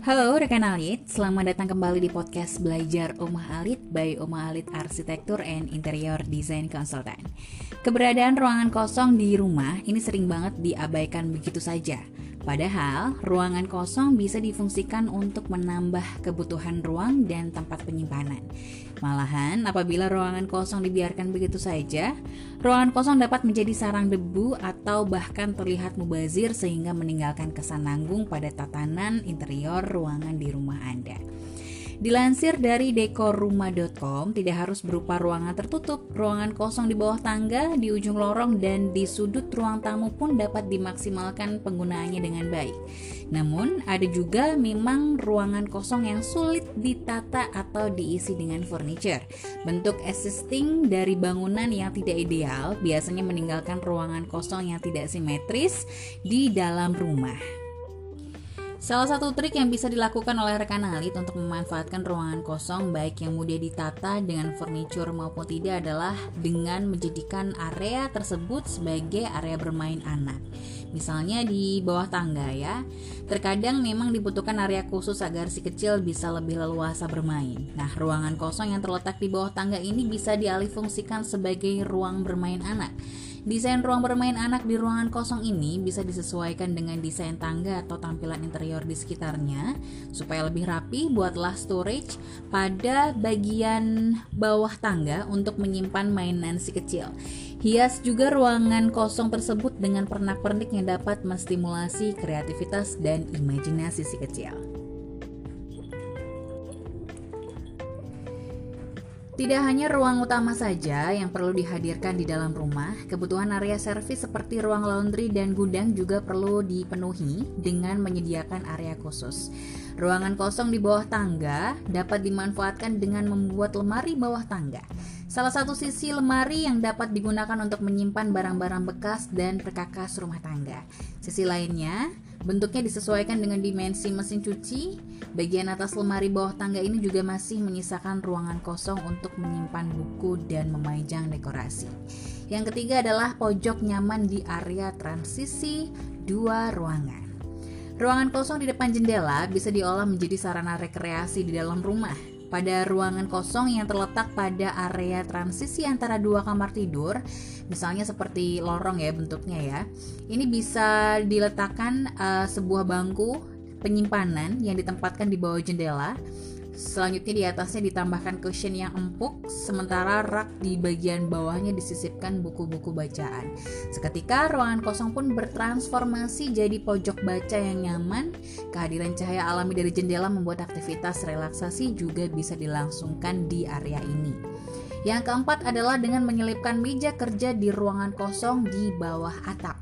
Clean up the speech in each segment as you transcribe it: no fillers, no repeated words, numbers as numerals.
Halo rekan Alit, selamat datang kembali di podcast Belajar Omah Alit by Omah Alit Arsitektur and Interior Design Consultant. Keberadaan ruangan kosong di rumah ini sering banget diabaikan begitu saja. Padahal, ruangan kosong bisa difungsikan untuk menambah kebutuhan ruang dan tempat penyimpanan. Malahan, apabila ruangan kosong dibiarkan begitu saja, ruangan kosong dapat menjadi sarang debu atau bahkan terlihat mubazir sehingga meninggalkan kesan nanggung pada tatanan interior ruangan di rumah Anda. Dilansir dari dekorrumah.com, tidak harus berupa ruangan tertutup. Ruangan kosong di bawah tangga, di ujung lorong, dan di sudut ruang tamu pun dapat dimaksimalkan penggunaannya dengan baik. Namun, ada juga memang ruangan kosong yang sulit ditata atau diisi dengan furniture. Bentuk existing dari bangunan yang tidak ideal biasanya meninggalkan ruangan kosong yang tidak simetris di dalam rumah. Salah satu trik yang bisa dilakukan oleh rekan Alit untuk memanfaatkan ruangan kosong baik yang mudah ditata dengan furniture maupun tidak adalah dengan menjadikan area tersebut sebagai area bermain anak. Misalnya di bawah tangga ya. Terkadang memang dibutuhkan area khusus agar si kecil bisa lebih leluasa bermain. Nah, ruangan kosong yang terletak di bawah tangga ini bisa dialihfungsikan sebagai ruang bermain anak. Desain ruang bermain anak di ruangan kosong ini bisa disesuaikan dengan desain tangga atau tampilan interior di sekitarnya. Supaya lebih rapi, buatlah storage pada bagian bawah tangga untuk menyimpan mainan si kecil. Hias juga ruangan kosong tersebut dengan pernak-pernik yang dapat menstimulasi kreativitas dan imajinasi si kecil. Tidak hanya ruang utama saja yang perlu dihadirkan di dalam rumah, kebutuhan area servis seperti ruang laundry dan gudang juga perlu dipenuhi dengan menyediakan area khusus. Ruangan kosong di bawah tangga dapat dimanfaatkan dengan membuat lemari bawah tangga. Salah satu sisi lemari yang dapat digunakan untuk menyimpan barang-barang bekas dan perkakas rumah tangga. Sisi lainnya, bentuknya disesuaikan dengan dimensi mesin cuci. Bagian atas lemari bawah tangga ini juga masih menyisakan ruangan kosong untuk menyimpan buku dan memajang dekorasi. Yang ketiga adalah pojok nyaman di area transisi dua ruangan. Ruangan kosong di depan jendela bisa diolah menjadi sarana rekreasi di dalam rumah. Pada ruangan kosong yang terletak pada area transisi antara dua kamar tidur, misalnya seperti lorong ya bentuknya ya, ini bisa diletakkan sebuah bangku penyimpanan yang ditempatkan di bawah jendela. Selanjutnya di atasnya ditambahkan cushion yang empuk, sementara rak di bagian bawahnya disisipkan buku-buku bacaan. Seketika ruangan kosong pun bertransformasi jadi pojok baca yang nyaman. Kehadiran cahaya alami dari jendela membuat aktivitas relaksasi juga bisa dilangsungkan di area ini. Yang keempat adalah dengan menyelipkan meja kerja di ruangan kosong di bawah atap.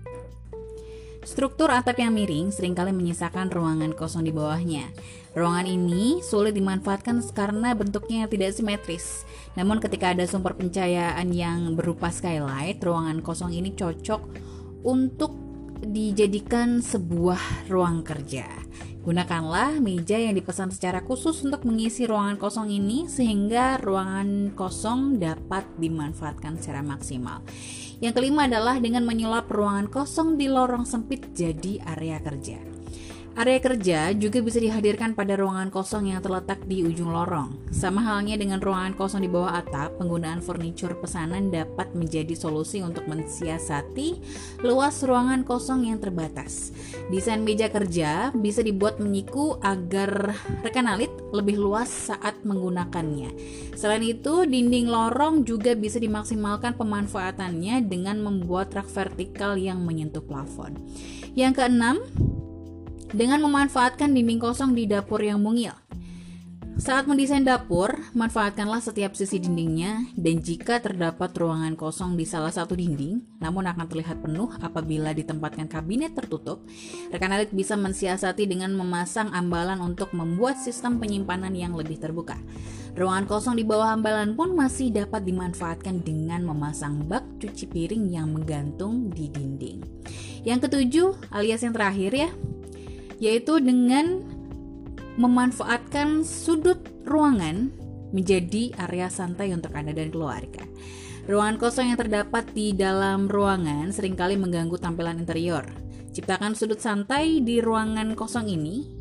Struktur atap yang miring seringkali menyisakan ruangan kosong di bawahnya. Ruangan ini sulit dimanfaatkan karena bentuknya yang tidak simetris. Namun ketika ada sumber pencahayaan yang berupa skylight, ruangan kosong ini cocok untuk dijadikan sebuah ruang kerja. Gunakanlah meja yang dipesan secara khusus untuk mengisi ruangan kosong ini sehingga ruangan kosong dapat dimanfaatkan secara maksimal. Yang kelima adalah dengan menyulap ruangan kosong di lorong sempit jadi area kerja. Area kerja juga bisa dihadirkan pada ruangan kosong yang terletak di ujung lorong. Sama halnya dengan ruangan kosong di bawah atap, penggunaan furniture pesanan dapat menjadi solusi untuk mensiasati luas ruangan kosong yang terbatas. Desain meja kerja bisa dibuat menyiku agar rekan Alit lebih luas saat menggunakannya. Selain itu, dinding lorong juga bisa dimaksimalkan pemanfaatannya dengan membuat rak vertikal yang menyentuh plafon. Yang keenam, dengan memanfaatkan dinding kosong di dapur yang mungil. Saat mendesain dapur, manfaatkanlah setiap sisi dindingnya, dan jika terdapat ruangan kosong di salah satu dinding, namun akan terlihat penuh apabila ditempatkan kabinet tertutup, rekan Alit bisa mensiasati dengan memasang ambalan untuk membuat sistem penyimpanan yang lebih terbuka. Ruangan kosong di bawah ambalan pun masih dapat dimanfaatkan dengan memasang bak cuci piring yang menggantung di dinding. Yang ketujuh, alias yang terakhir ya, yaitu dengan memanfaatkan sudut ruangan menjadi area santai untuk Anda dan keluarga. Ruangan kosong yang terdapat di dalam ruangan seringkali mengganggu tampilan interior. Ciptakan sudut santai di ruangan kosong ini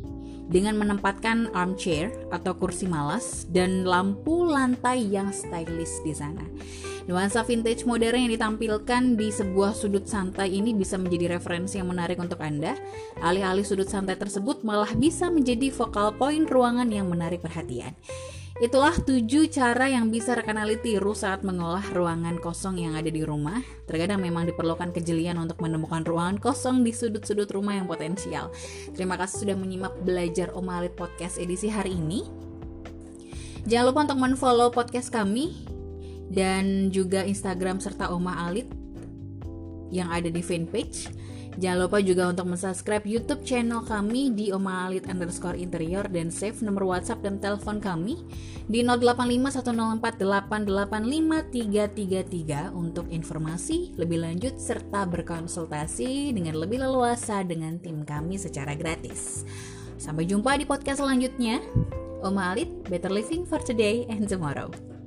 dengan menempatkan armchair atau kursi malas dan lampu lantai yang stylish di sana. Nuansa vintage modern yang ditampilkan di sebuah sudut santai ini bisa menjadi referensi yang menarik untuk Anda. Alih-alih sudut santai tersebut malah bisa menjadi focal point ruangan yang menarik perhatian. Itulah 7 cara yang bisa rekan Alit tiru saat mengolah ruangan kosong yang ada di rumah. Terkadang memang diperlukan kejelian untuk menemukan ruangan kosong di sudut-sudut rumah yang potensial. Terima kasih sudah menyimak Belajar Oma Alit Podcast edisi hari ini. Jangan lupa untuk men-follow podcast kami dan juga Instagram serta Oma Alit yang ada di fanpage. Jangan lupa juga untuk subscribe YouTube channel kami di @oma_alit_interior dan save nomor WhatsApp dan telepon kami di 085104885333 untuk informasi lebih lanjut serta berkonsultasi dengan lebih leluasa dengan tim kami secara gratis. Sampai jumpa di podcast selanjutnya. Oma Alit, better living for today and tomorrow.